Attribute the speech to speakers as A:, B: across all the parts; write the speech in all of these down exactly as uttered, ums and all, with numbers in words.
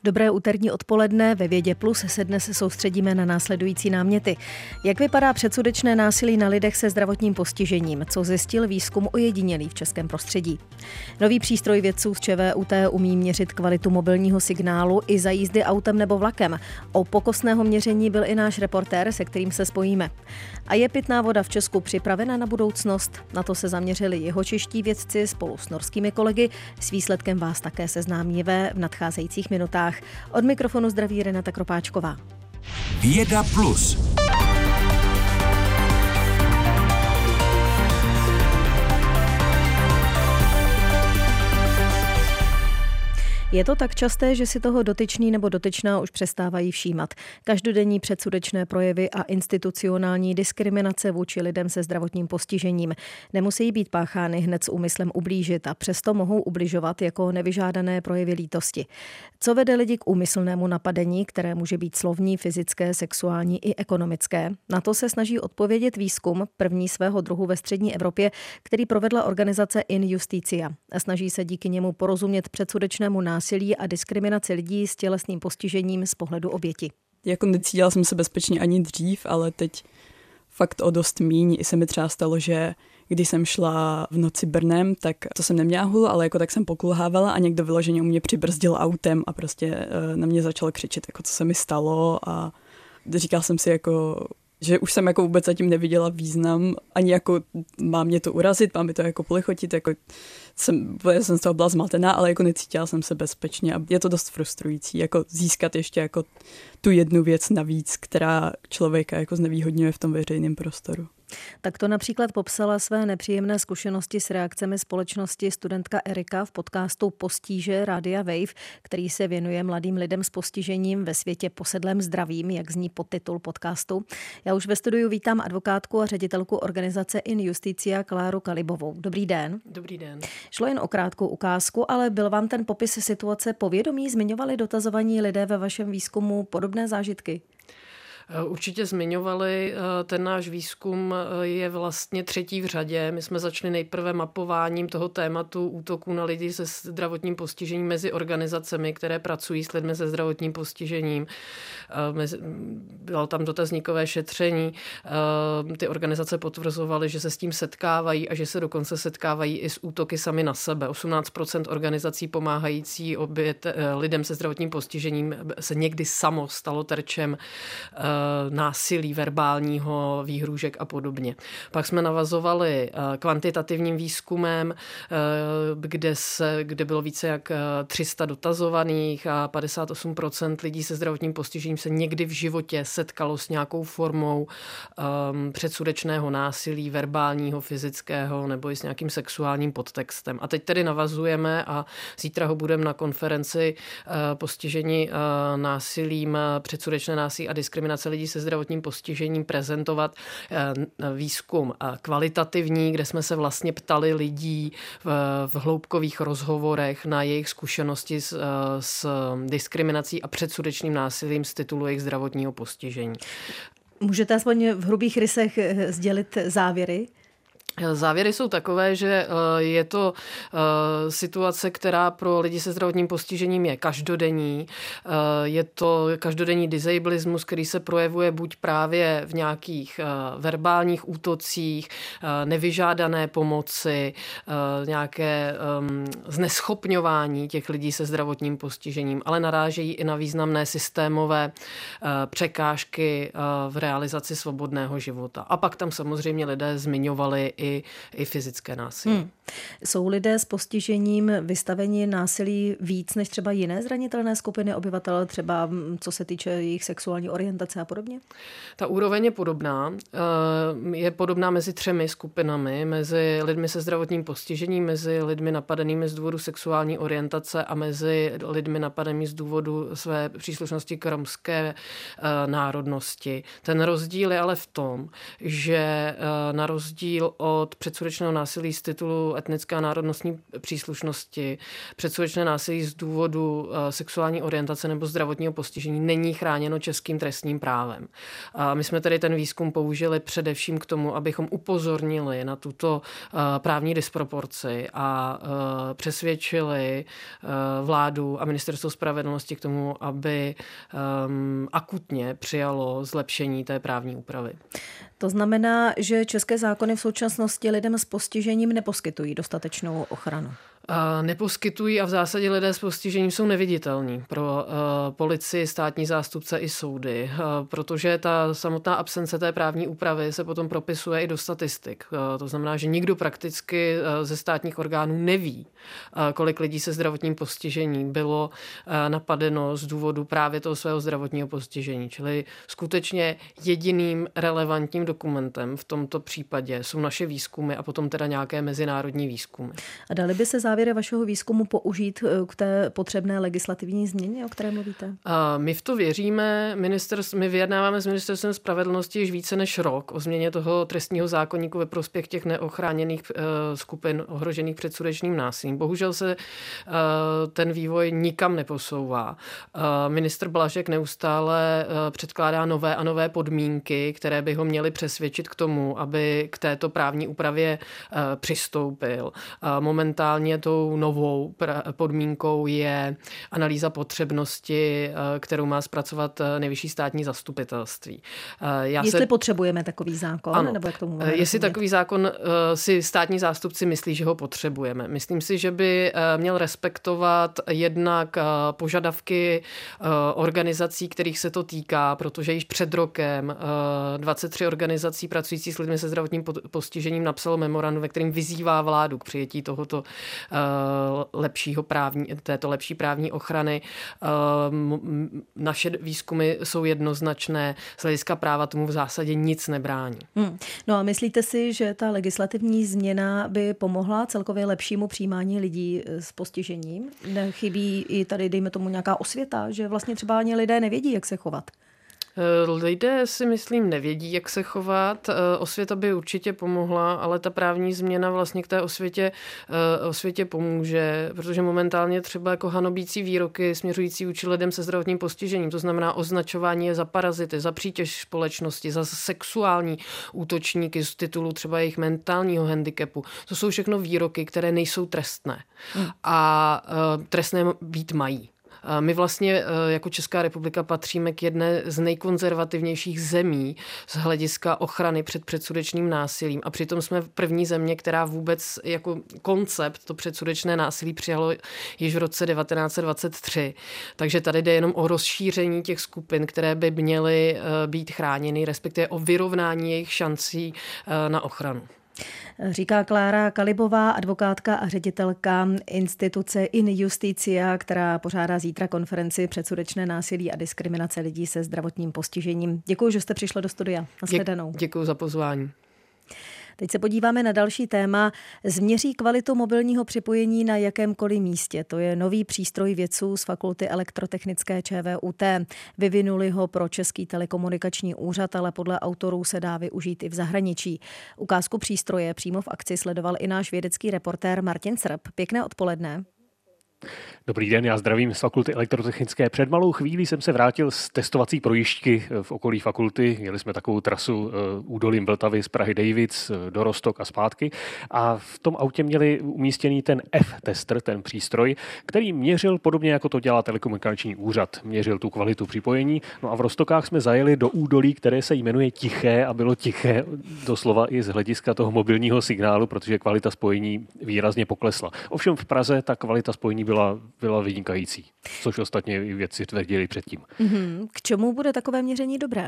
A: Dobré úterní odpoledne, ve Vědě Plus se dnes soustředíme na následující náměty. Jak vypadá předsudečné násilí na lidech se zdravotním postižením? Co zjistil výzkum ojedinělý v českém prostředí? Nový přístroj vědců z ČVUT umí měřit kvalitu mobilního signálu i za jízdy autem nebo vlakem. O pokosného měření byl i náš reportér, se kterým se spojíme. A je pitná voda v Česku připravena na budoucnost? Na to se zaměřili jihočeští vědci spolu s norskými kolegy. S výsledkem vás také seznámíme v nadcházejících minutách. Od mikrofonu zdraví Renata Kropáčková.
B: Věda Plus.
A: Je to tak časté, že si toho dotyčný nebo dotyčná už přestávají všímat. Každodenní předsudečné projevy a institucionální diskriminace vůči lidem se zdravotním postižením nemusí být páchány hned s úmyslem ublížit a přesto mohou ubližovat jako nevyžádané projevy lítosti. Co vede lidi k úmyslnému napadení, které může být slovní, fyzické, sexuální i ekonomické? Na to se snaží odpovědět výzkum, první svého druhu ve střední Evropě, který provedla organizace In Justitia. A snaží se díky němu porozumět předsudečnému násilí a diskriminaci lidí s tělesným postižením z pohledu oběti.
C: Jako necítila jsem se bezpečně ani dřív, ale teď fakt o dost míň. I se mi třeba stalo, že když jsem šla v noci Brnem, tak to jsem neměla hůl, ale jako tak jsem pokulhávala a někdo vyloženě u mě přibrzdil autem a prostě na mě začal křičet, jako co se mi stalo, a říkal jsem si jako, že už jsem jako vůbec zatím neviděla význam, ani jako má mě to urazit, má mi to jako polichotit, jako jsem, jsem z toho byla zmatená, ale jako necítila jsem se bezpečně a je to dost frustrující, jako získat ještě jako tu jednu věc navíc, která člověka jako znevýhodňuje v tom veřejném prostoru.
A: Tak to například popsala své nepříjemné zkušenosti s reakcemi společnosti studentka Erika v podcastu Postíže Rádia Wave, který se věnuje mladým lidem s postižením ve světě posedlém zdravím, jak zní podtitul podcastu. Já už ve studiu vítám advokátku a ředitelku organizace In Justitia Kláru Kalibovou. Dobrý den.
D: Dobrý den.
A: Šlo jen o krátkou ukázku, ale byl vám ten popis situace povědomí? Zmiňovali dotazovaní lidé ve vašem výzkumu podobné zážitky?
D: Určitě zmiňovali, ten náš výzkum je vlastně třetí v řadě. My jsme začali nejprve mapováním toho tématu útoků na lidi se zdravotním postižením mezi organizacemi, které pracují s lidmi se zdravotním postižením. Bylo tam dotazníkové šetření. Ty organizace potvrzovaly, že se s tím setkávají a že se dokonce setkávají i s útoky sami na sebe. osmnáct procent organizací pomáhající obět, lidem se zdravotním postižením se někdy samo stalo terčem násilí verbálního, výhrůžek a podobně. Pak jsme navazovali kvantitativním výzkumem, kde, se, kde bylo více jak tři sta dotazovaných a padesát osm procent lidí se zdravotním postižením se někdy v životě setkalo s nějakou formou um, předsudečného násilí, verbálního, fyzického nebo i s nějakým sexuálním podtextem. A teď tedy navazujeme a zítra ho budeme na konferenci uh, postižení uh, násilím, předsudečné násilí a diskriminace lidí se zdravotním postižením prezentovat výzkum kvalitativní, kde jsme se vlastně ptali lidí v, v hloubkových rozhovorech na jejich zkušenosti s, s diskriminací a předsudečným násilím z titulu jejich zdravotního postižení.
A: Můžete aspoň v hrubých rysech sdělit závěry?
D: Závěry jsou takové, že je to situace, která pro lidi se zdravotním postižením je každodenní. Je to každodenní disablismus, který se projevuje buď právě v nějakých verbálních útocích, nevyžádané pomoci, nějaké zneschopňování těch lidí se zdravotním postižením, ale narážejí i na významné systémové překážky v realizaci svobodného života. A pak tam samozřejmě lidé zmiňovali i, i fyzické násilí. Hmm.
A: Jsou lidé s postižením vystaveni násilí víc než třeba jiné zranitelné skupiny obyvatel, třeba co se týče jejich sexuální orientace a podobně?
D: Ta úroveň je podobná. Je podobná mezi třemi skupinami, mezi lidmi se zdravotním postižením, mezi lidmi napadenými z důvodu sexuální orientace a mezi lidmi napadenými z důvodu své příslušnosti k romské národnosti. Ten rozdíl je ale v tom, že na rozdíl od předsudečného násilí z titulu etnické a národnostní příslušnosti, předsudečné násilí z důvodu sexuální orientace nebo zdravotního postižení není chráněno českým trestním právem. A my jsme tedy ten výzkum použili především k tomu, abychom upozornili na tuto právní disproporci a přesvědčili vládu a ministerstvo spravedlnosti k tomu, aby akutně přijalo zlepšení té právní úpravy.
A: To znamená, že české zákony v současnosti lidem s postižením neposkytují dostatečnou ochranu.
D: Neposkytují a v zásadě lidé s postižením jsou neviditelní pro uh, policii, státní zástupce i soudy, uh, protože ta samotná absence té právní úpravy se potom propisuje i do statistik. Uh, to znamená, že nikdo prakticky uh, ze státních orgánů neví, uh, kolik lidí se zdravotním postižením bylo uh, napadeno z důvodu právě toho svého zdravotního postižení. Čili skutečně jediným relevantním dokumentem v tomto případě jsou naše výzkumy a potom teda nějaké mezinárodní výzkumy.
A: A dali by se závěry vašeho výzkumu použít k té potřebné legislativní změně, o které mluvíte?
D: A my v to věříme. Ministerstv, my vyjednáváme s ministerstvem spravedlnosti již více než rok o změně toho trestního zákoníku ve prospěch těch neochráněných uh, skupin ohrožených předsudečným násilím. Bohužel se uh, ten vývoj nikam neposouvá. Uh, ministr Blažek neustále uh, předkládá nové a nové podmínky, které by ho měly přesvědčit k tomu, aby k této právní úpravě uh, přistoupil. Uh, momentálně tou novou podmínkou je analýza potřebnosti, kterou má zpracovat Nejvyšší státní zastupitelství.
A: Já Jestli se... potřebujeme takový zákon?
D: Ano.
A: Nebo jak tomu
D: Jestli takový zákon si státní zástupci myslí, že ho potřebujeme. Myslím si, že by měl respektovat jednak požadavky organizací, kterých se to týká, protože již před rokem dvacet tři organizací pracující s lidmi se zdravotním postižením napsalo memorandum, ve kterým vyzývá vládu k přijetí tohoto lepšího právní, této lepší právní ochrany. Naše výzkumy jsou jednoznačné, z hlediska práva tomu v zásadě nic nebrání.
A: Hmm. No a myslíte si, že ta legislativní změna by pomohla celkově lepšímu přijímání lidí s postižením? Nechybí i tady, dejme tomu, nějaká osvěta, že vlastně třeba ani lidé nevědí, jak se chovat?
D: Lidé si myslím nevědí, jak se chovat. Osvěta by určitě pomohla, ale ta právní změna vlastně k té osvětě, osvětě pomůže, protože momentálně třeba jako hanobící výroky směřující vůči lidem se zdravotním postižením, to znamená označování je za parazity, za přítěž společnosti, za sexuální útočníky z titulu třeba jejich mentálního handicapu. To jsou všechno výroky, které nejsou trestné a trestné být mají. My vlastně jako Česká republika patříme k jedné z nejkonzervativnějších zemí z hlediska ochrany před předsudečným násilím a přitom jsme první země, která vůbec jako koncept to předsudečné násilí přijalo již v roce devatenáct set dvacet tři. Takže tady jde jenom o rozšíření těch skupin, které by měly být chráněny, respektive o vyrovnání jejich šancí na ochranu.
A: Říká Klára Kalibová, advokátka a ředitelka instituce In Justitia, která pořádá zítra konferenci Předsudečné násilí a diskriminace lidí se zdravotním postižením. Děkuji, že jste přišla do studia. Nashledanou.
D: Děkuji za pozvání.
A: Teď se podíváme na další téma. Změří kvalitu mobilního připojení na jakémkoliv místě. To je nový přístroj vědců z Fakulty elektrotechnické ČVUT. Vyvinuli ho pro Český telekomunikační úřad, ale podle autorů se dá využít i v zahraničí. Ukázku přístroje přímo v akci sledoval i náš vědecký reportér Martin Srb. Pěkné odpoledne.
E: Dobrý den, já zdravím z Fakulty elektrotechnické. Před malou chvílí jsem se vrátil z testovací projížďky v okolí fakulty. Měli jsme takovou trasu údolím Vltavy z Prahy Davids do Roztok a zpátky. A v tom autě měli umístěný ten F-tester, ten přístroj, který měřil podobně, jako to dělá telekomunikační úřad. Měřil tu kvalitu připojení. No a v Roztokách jsme zajeli do údolí, které se jmenuje Tiché a bylo tiché doslova i z hlediska toho mobilního signálu, protože kvalita spojení výrazně poklesla. Ovšem v Praze ta kvalita spojení byla byla vynikající, což ostatně i vědci tvrdili předtím.
A: Mm-hmm. K čemu bude takové měření dobré?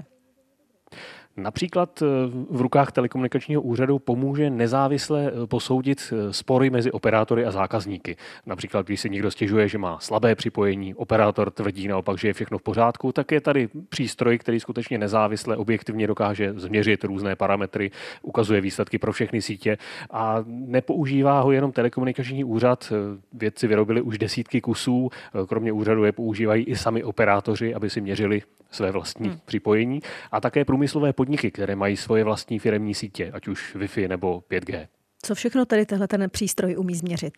E: Například v rukách telekomunikačního úřadu pomůže nezávisle posoudit spory mezi operátory a zákazníky. Například, když si někdo stěžuje, že má slabé připojení, operátor tvrdí naopak, že je všechno v pořádku, tak je tady přístroj, který skutečně nezávisle objektivně dokáže změřit různé parametry, ukazuje výsledky pro všechny sítě a nepoužívá ho jenom telekomunikační úřad. Vědci vyrobili už desítky kusů, kromě úřadu je používají i sami operátoři, aby si měřili své vlastní hmm. připojení a také průmyslové podniky podniky, které mají svoje vlastní firemní sítě, ať už Wi-Fi nebo pět G.
A: Co všechno tady tenhle ten přístroj umí změřit?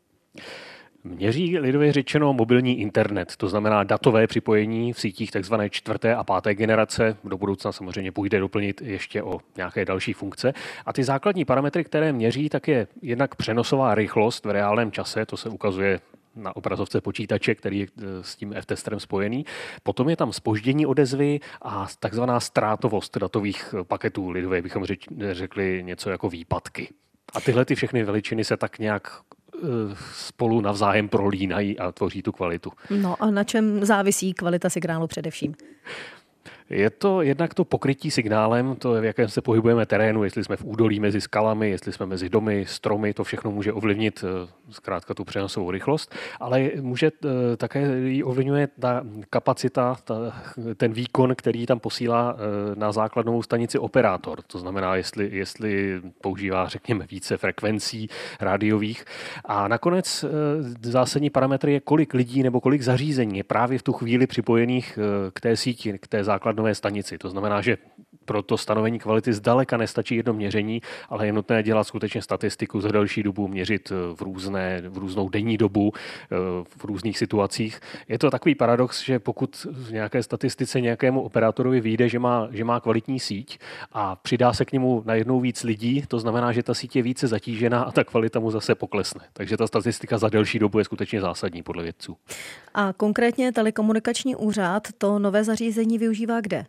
E: Měří lidově řečeno mobilní internet, to znamená datové připojení v sítích tzv. čtvrté a páté generace. Do budoucna samozřejmě půjde doplnit ještě o nějaké další funkce. A ty základní parametry, které měří, tak je jednak přenosová rychlost v reálném čase, to se ukazuje na obrazovce počítače, který je s tím F-testerem spojený. Potom je tam zpoždění odezvy a takzvaná ztrátovost datových paketů. Lidově bychom řekli něco jako výpadky. A tyhle ty všechny veličiny se tak nějak spolu navzájem prolínají a tvoří tu kvalitu.
A: No a na čem závisí kvalita signálu především?
E: Je to jednak to pokrytí signálem, to v jakém se pohybujeme terénu, jestli jsme v údolí mezi skalami, jestli jsme mezi domy, stromy, to všechno může ovlivnit zkrátka tu přenosovou rychlost, ale může také ji ovlivňuje ta kapacita, ta, ten výkon, který tam posílá na základnovou stanici operátor. To znamená, jestli, jestli používá, řekněme, více frekvencí rádiových. A nakonec zásadní parametr je, kolik lidí nebo kolik zařízení je právě v tu chvíli připojených k té síti, k té základnové stanici. To znamená, že pro to stanovení kvality zdaleka nestačí jedno měření, ale je nutné dělat skutečně statistiku za delší dobu, měřit v, různé, v různou denní dobu, v různých situacích. Je to takový paradox, že pokud v nějaké statistice nějakému operátorovi vyjde, že má, že má kvalitní síť a přidá se k němu najednou víc lidí, to znamená, že ta síť je více zatížená a ta kvalita mu zase poklesne. Takže ta statistika za delší dobu je skutečně zásadní podle vědců.
A: A konkrétně telekomunikační úřad to nové zařízení využívá kde?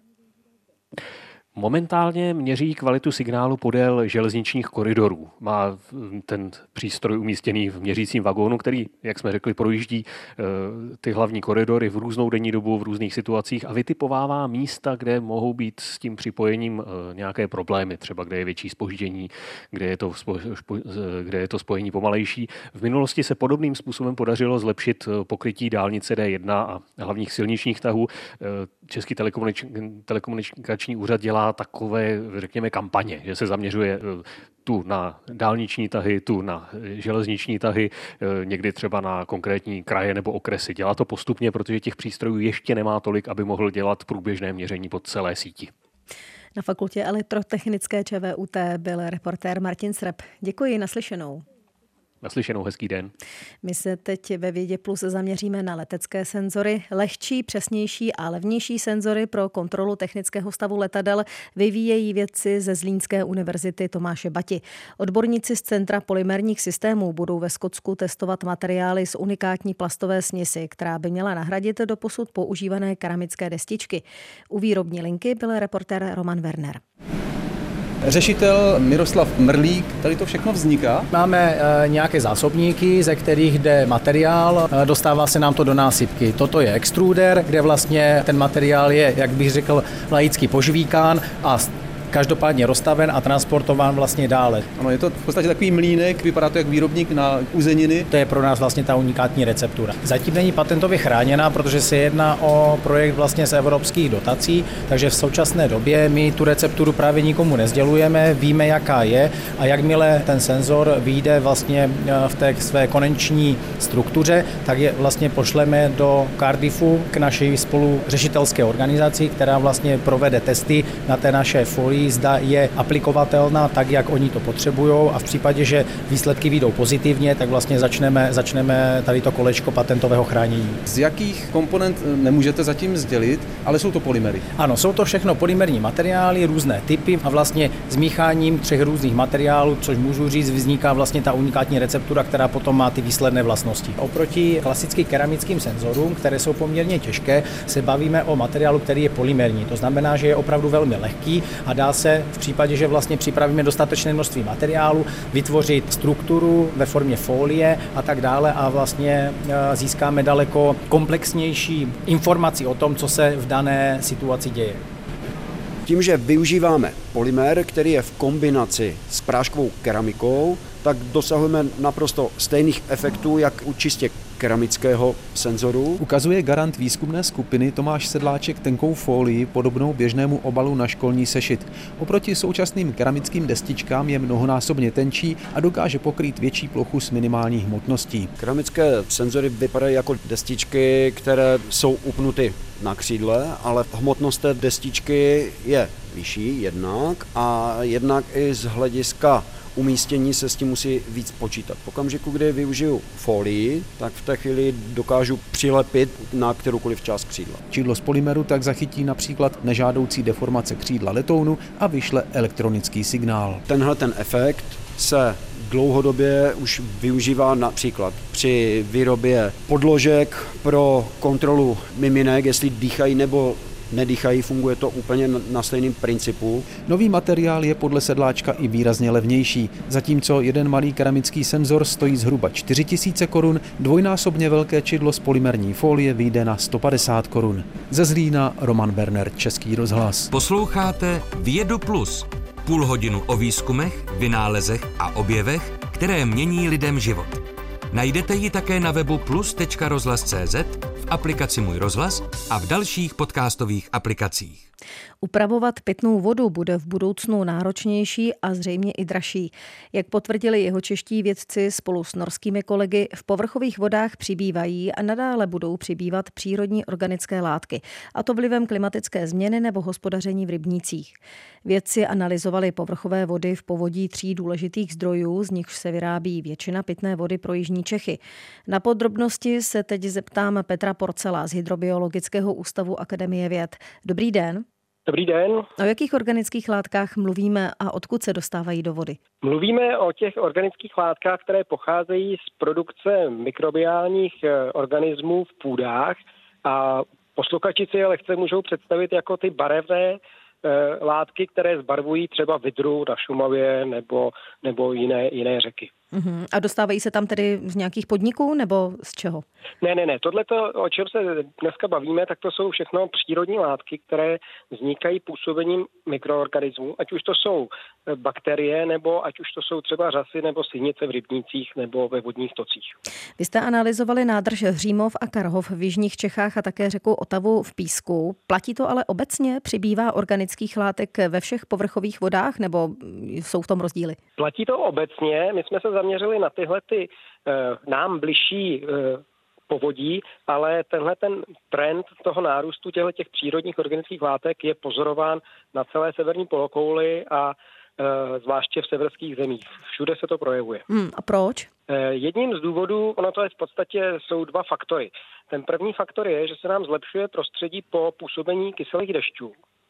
E: Momentálně měří kvalitu signálu podél železničních koridorů. Má ten přístroj umístěný v měřícím vagónu, který, jak jsme řekli, projíždí ty hlavní koridory v různou denní dobu, v různých situacích a vytipovává místa, kde mohou být s tím připojením nějaké problémy, třeba kde je větší zpoždění, kde je to, kde je to spojení pomalejší. V minulosti se podobným způsobem podařilo zlepšit pokrytí dálnice D jedna a hlavních silničních tahů. Český telekomunikační úřad dělá takové, řekněme, kampaně, že se zaměřuje tu na dálniční tahy, tu na železniční tahy, někdy třeba na konkrétní kraje nebo okresy. Dělá to postupně, protože těch přístrojů ještě nemá tolik, aby mohl dělat průběžné měření po celé síti.
A: Na fakultě elektrotechnické ČVUT byl reportér Martin Srp. Děkuji, naslyšenou.
E: Naslyšenou, hezký den.
A: My se teď ve Vědě Plus zaměříme na letecké senzory. Lehčí, přesnější a levnější senzory pro kontrolu technického stavu letadel vyvíjejí vědci ze Zlínské univerzity Tomáše Bati. Odborníci z Centra polymerních systémů budou ve Skotsku testovat materiály z unikátní plastové směsi, která by měla nahradit doposud používané keramické destičky. U výrobní linky byl reportér Roman Werner.
F: Řešitel Miroslav Mrlík, tady to všechno vzniká?
G: Máme e, nějaké zásobníky, ze kterých jde materiál, e, dostává se nám to do násypky. Toto je extruder, kde vlastně ten materiál je, jak bych řekl, laicky požvíkán a každopádně rozstaven a transportován vlastně dále.
F: Ano, je to v podstatě takový mlýnek, vypadá to jak výrobník na uzeniny.
G: To je pro nás vlastně ta unikátní receptura. Zatím není patentově chráněná, protože se jedná o projekt vlastně z evropských dotací, takže v současné době my tu recepturu právě nikomu nezdělujeme, víme, jaká je a jakmile ten senzor vyjde vlastně v té své konečné struktuře, tak je vlastně pošleme do Cardiffu k naší spoluřešitelské organizaci, která vlastně provede testy na té naše folii, zda je aplikovatelná tak, jak oni to potřebují a v případě, že výsledky vyjdou pozitivně, tak vlastně začneme, začneme tady to kolečko patentového chránění.
F: Z jakých komponent nemůžete zatím sdělit, ale jsou to polymery?
G: Ano, jsou to všechno polymerní materiály, různé typy a vlastně smícháním třech různých materiálů, což můžu říct, vzniká vlastně ta unikátní receptura, která potom má ty výsledné vlastnosti. Oproti klasickým keramickým senzorům, které jsou poměrně těžké, se bavíme o materiálu, který je polymerní. To znamená, že je opravdu velmi lehký a dá se v případě, že vlastně připravíme dostatečné množství materiálu, vytvořit strukturu ve formě folie a tak dále a vlastně získáme daleko komplexnější informaci o tom, co se v dané situaci děje.
H: Tím, že využíváme polymer, který je v kombinaci s práškovou keramikou, tak dosahujeme naprosto stejných efektů, jak u čistě keramického senzoru.
F: Ukazuje garant výzkumné skupiny Tomáš Sedláček tenkou folii podobnou běžnému obalu na školní sešit. Oproti současným keramickým destičkám je mnohonásobně tenčí a dokáže pokrýt větší plochu s minimální hmotností.
H: Keramické senzory vypadají jako destičky, které jsou upnuty na křídle, ale hmotnost té destičky je vyšší jednak a jednak i z hlediska umístění se s tím musí víc počítat. V okamžiku, kdy využiju folii, tak v té chvíli dokážu přilepit na kteroukoliv část křídla.
F: Čidlo z polymeru tak zachytí například nežádoucí deformace křídla letounu a vyšle elektronický signál.
H: Tenhle ten efekt se dlouhodobě už využívá například při výrobě podložek pro kontrolu miminek, jestli dýchají nebo nedýchají, funguje to úplně na stejném principu.
F: Nový materiál je podle sedláčka i výrazně levnější. Zatímco jeden malý keramický senzor stojí zhruba čtyři tisíce korun, dvojnásobně velké čidlo z polymerní folie vyjde na sto padesát korun. Ze Zlína Roman Berner, Český rozhlas.
B: Posloucháte Vědu plus. Půl hodinu o výzkumech, vynálezech a objevech, které mění lidem život. Najdete ji také na webu plus tečka rozhlas tečka cé zet, v aplikaci Můj rozhlas a v dalších podcastových aplikacích.
A: Upravovat pitnou vodu bude v budoucnu náročnější a zřejmě i dražší. Jak potvrdili jeho čeští vědci spolu s norskými kolegy, v povrchových vodách přibývají a nadále budou přibývat přírodní organické látky, a to vlivem klimatické změny nebo hospodaření v rybnících. Vědci analyzovali povrchové vody v povodí tří důležitých zdrojů, z nichž se vyrábí většina pitné vody pro jižní Čechy. Na podrobnosti se teď zeptám Petra Porcela z Hydrobiologického ústavu Akademie věd. Dobrý den.
I: Dobrý den.
A: O jakých organických látkách mluvíme a odkud se dostávají do vody?
I: Mluvíme o těch organických látkách, které pocházejí z produkce mikrobiálních organismů v půdách a posluchači si je lehce můžou představit jako ty barevné látky, které zbarvují třeba Vydru na Šumavě nebo, nebo jiné, jiné řeky.
A: Uhum. A dostávají se tam tedy z nějakých podniků nebo z čeho?
I: Ne, ne, ne. Tohle, o čem se dneska bavíme, tak to jsou všechno přírodní látky, které vznikají působením mikroorganismů, ať už to jsou bakterie, nebo ať už to jsou třeba řasy nebo sinice v rybnících nebo ve vodních tocích.
A: Vy jste analyzovali nádrž Hřímov a Karhov v jižních Čechách a také řeku Otavu v Písku. Platí to ale obecně? Přibývá organických látek ve všech povrchových vodách nebo jsou v tom rozdíly?
I: Platí to obecně. My jsme se zaměřili na tyhle ty uh, nám bližší uh, povodí, ale tenhle ten trend toho nárůstu těchto těch přírodních organických látek je pozorován na celé severní polokouli a uh, zvláště v severských zemích. Všude se to projevuje.
A: Hmm, a proč?
I: Uh, jedním z důvodů, ono to je v podstatě, jsou dva faktory. Ten první faktor je, že se nám zlepšuje prostředí po působení kyselých dešťů.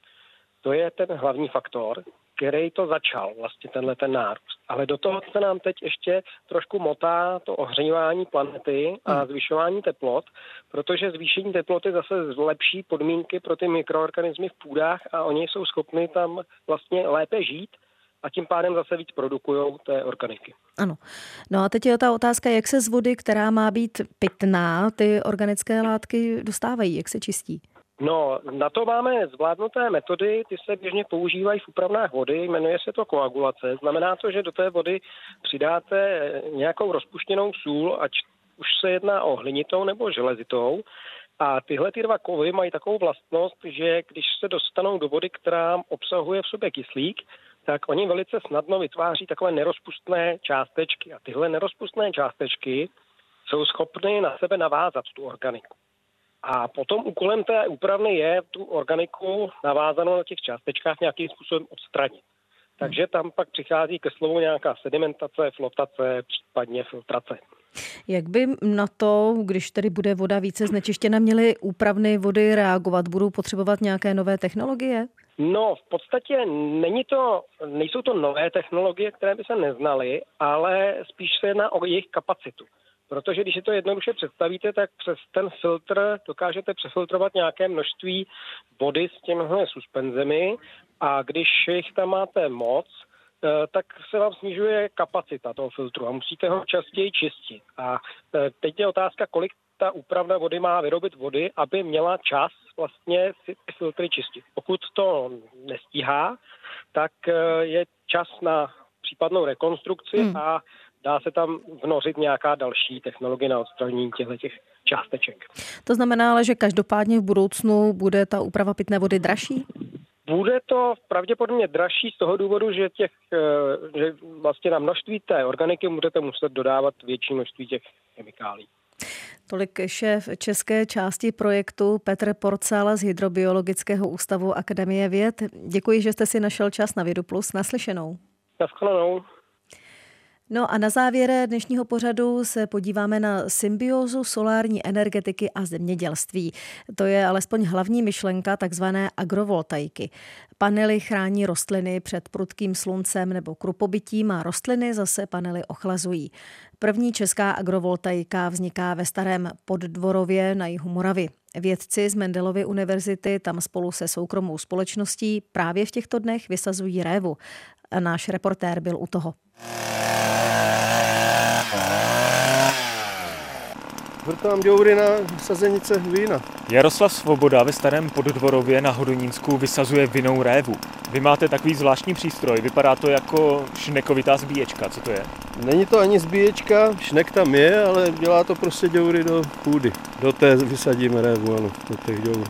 I: To je ten hlavní faktor, který to začal, vlastně tenhle ten nárůst. Ale do toho se nám teď ještě trošku motá to ohřívání planety a zvyšování teplot, protože zvýšení teploty zase zlepší podmínky pro ty mikroorganismy v půdách a oni jsou schopni tam vlastně lépe žít a tím pádem zase víc produkujou té organiky.
A: Ano. No a teď je ta otázka, jak se z vody, která má být pitná, ty organické látky dostávají, jak se čistí?
I: No, na to máme zvládnuté metody, ty se běžně používají v úpravnách vody, jmenuje se to koagulace. Znamená to, že do té vody přidáte nějakou rozpuštěnou sůl, ať už se jedná o hlinitou nebo železitou. A tyhle ty dva kovy mají takovou vlastnost, že když se dostanou do vody, která obsahuje v sobě kyslík, tak oni velice snadno vytváří takové nerozpustné částečky. A tyhle nerozpustné částečky jsou schopny na sebe navázat tu organiku. A potom úkolem té úpravny je tu organiku navázanou na těch částečkách nějakým způsobem odstranit. Takže tam pak přichází ke slovu nějaká sedimentace, flotace, případně filtrace.
A: Jak by na to, když tedy bude voda více znečištěna, měly úpravny vody reagovat? Budou potřebovat nějaké nové technologie?
I: No, v podstatě není to, nejsou to nové technologie, které by se neznaly, ale spíš se jedná o jejich kapacitu. Protože když si to jednoduše představíte, tak přes ten filtr dokážete přefiltrovat nějaké množství vody s těmihle suspenzemi a když jich tam máte moc, tak se vám snižuje kapacita toho filtru a musíte ho častěji čistit. A teď je otázka, kolik ta úpravna vody má vyrobit vody, aby měla čas vlastně si ty filtry čistit. Pokud to nestíhá, tak je čas na případnou rekonstrukci hmm. a dá se tam vnořit nějaká další technologie na odstranění těchto částeček.
A: To znamená ale, že každopádně v budoucnu bude ta úprava pitné vody dražší?
I: Bude to pravděpodobně dražší z toho důvodu, že, těch, že vlastně na množství té organiky budete muset dodávat větší množství těch chemikálií.
A: Tolik šéf české části projektu Petr Porcál z Hydrobiologického ústavu Akademie věd. Děkuji, že jste si našel čas na Vědu Plus. Naslyšenou.
I: Naschledanou.
A: No a na závěr dnešního pořadu se podíváme na symbiózu solární energetiky a zemědělství. To je alespoň hlavní myšlenka takzvané agrovoltaiky. Panely chrání rostliny před prudkým sluncem nebo krupobytím a rostliny zase panely ochlazují. První česká agrovoltaika vzniká ve Starém Poddvorově na jihu Moravy. Vědci z Mendelovy univerzity tam spolu se soukromou společností právě v těchto dnech vysazují révu. A náš reportér byl u toho.
J: Vrtám děury na sazenice vína.
K: Jaroslav Svoboda ve Starém Poddvorově na Hodonínsku vysazuje vinnou révu. Vy máte takový zvláštní přístroj, vypadá to jako šnekovitá zbíječka, co to je?
J: Není to ani zbíječka, šnek tam je, ale dělá to prostě děury do půdy. Do té vysadíme révu, ano, do těch děur.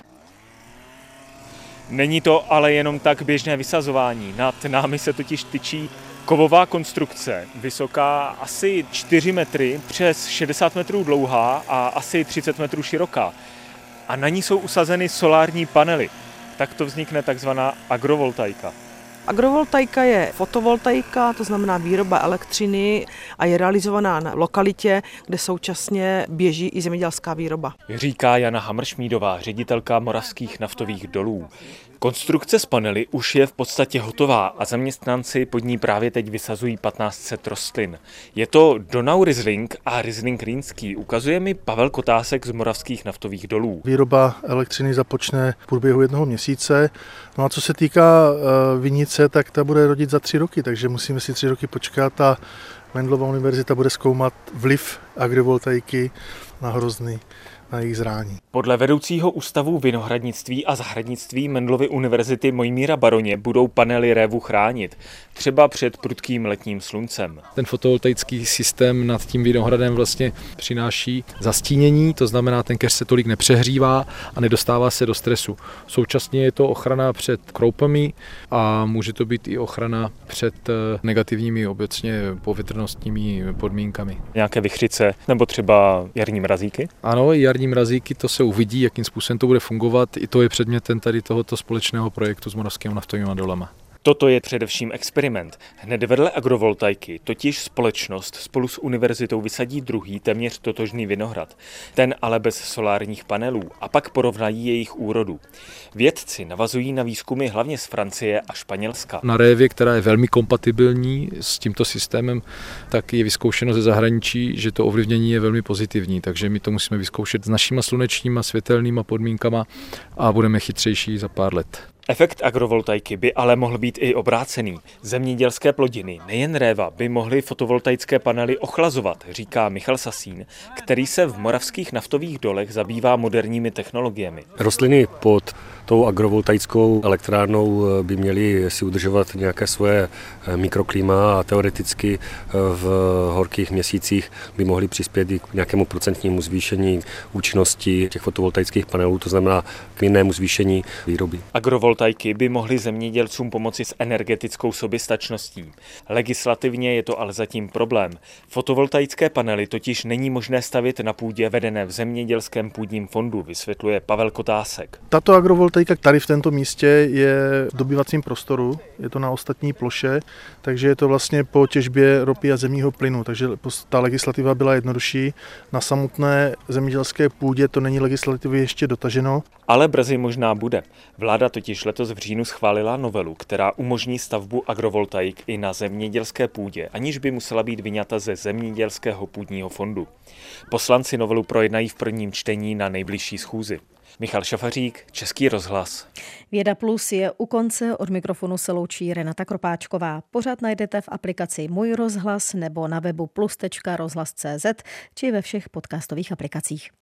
K: Není to ale jenom tak běžné vysazování. Nad námi se totiž tyčí kovová konstrukce, vysoká asi čtyři metry, přes šedesát metrů dlouhá a asi třicet metrů široká. A na ní jsou usazeny solární panely. Tak to vznikne takzvaná agrovoltaika.
L: Agrovoltaika je fotovoltaika, to znamená výroba elektřiny a je realizovaná na lokalitě, kde současně běží i zemědělská výroba.
K: Říká Jana Hamršmídová, ředitelka Moravských naftových dolů. Konstrukce z panely už je v podstatě hotová a zaměstnanci pod ní právě teď vysazují patnáct set rostlin. Je to Donau Riesling a Riesling rýnský, ukazuje mi Pavel Kotásek z Moravských naftových dolů.
M: Výroba elektřiny započne v průběhu jednoho měsíce. No a co se týká vinice, tak ta bude rodit za tři roky, takže musíme si tři roky počkat a Mendelova univerzita bude zkoumat vliv agrovoltaiky na hrozny, na jejich zrání.
K: Podle vedoucího ústavu vinohradnictví a zahradnictví Mendelovy univerzity Mojmíra Baroně budou panely révu chránit, třeba před prudkým letním sluncem.
N: Ten fotovoltaický systém nad tím vinohradem vlastně přináší zastínění, to znamená, ten keř se tolik nepřehřívá a nedostává se do stresu. Současně je to ochrana před kroupami a může to být i ochrana před negativními obecně povětrnostními podmínkami.
K: Nějaké vichřice nebo třeba jarní mrazíky?
N: Ano, jarní mrazíky, to se uvidí, jakým způsobem to bude fungovat. I to je předmětem tady tohoto společného projektu s Moravskými naftovými dolama.
K: Toto je především experiment. Hned vedle agrovoltaiky totiž společnost spolu s univerzitou vysadí druhý téměř totožný vinohrad. Ten ale bez solárních panelů a pak porovnají jejich úrodu. Vědci navazují na výzkumy hlavně z Francie a Španělska.
N: Na révě, která je velmi kompatibilní s tímto systémem, tak je vyzkoušeno ze zahraničí, že to ovlivnění je velmi pozitivní, takže my to musíme vyzkoušet s našima slunečníma světelnýma podmínkama a budeme chytřejší za pár let.
K: Efekt agrovoltaiky by ale mohl být i obrácený. Zemědělské plodiny, nejen réva, by mohly fotovoltaické panely ochlazovat, říká Michal Sasín, který se v moravských naftových dolech zabývá moderními technologiemi.
O: Rostliny pod tou agrovoltaickou elektrárnou by měly si udržovat nějaké svoje mikroklima a teoreticky v horkých měsících by mohly přispět i k nějakému procentnímu zvýšení účinnosti těch fotovoltaických panelů, to znamená k jinému zvýšení výroby.
K: Agrovoltaiky by mohly zemědělcům pomoci s energetickou soběstačností. Legislativně je to ale zatím problém. Fotovoltaické panely totiž není možné stavět na půdě vedené v zemědělském půdním fondu, vysvětluje Pavel Kotásek.
M: Tato agrovoltaika tady v tomto místě je v dobývacím prostoru, je to na ostatní ploše, takže je to vlastně po těžbě ropy a zemního plynu, takže ta legislativa byla jednodušší. Na samotné zemědělské půdě to není legislativě ještě dotaženo.
K: Ale brzy možná bude. Vláda totiž letos v říjnu schválila novelu, která umožní stavbu agrovoltaik i na zemědělské půdě, aniž by musela být vyňata ze zemědělského půdního fondu. Poslanci novelu projednají v prvním čtení na nejbližší schůzi. Michal Šafařík, Český rozhlas.
A: Věda Plus je u konce, od mikrofonu se loučí Renata Kropáčková. Pořad najdete v aplikaci Můj rozhlas nebo na webu plus tečka rozhlas tečka cé zet či ve všech podcastových aplikacích.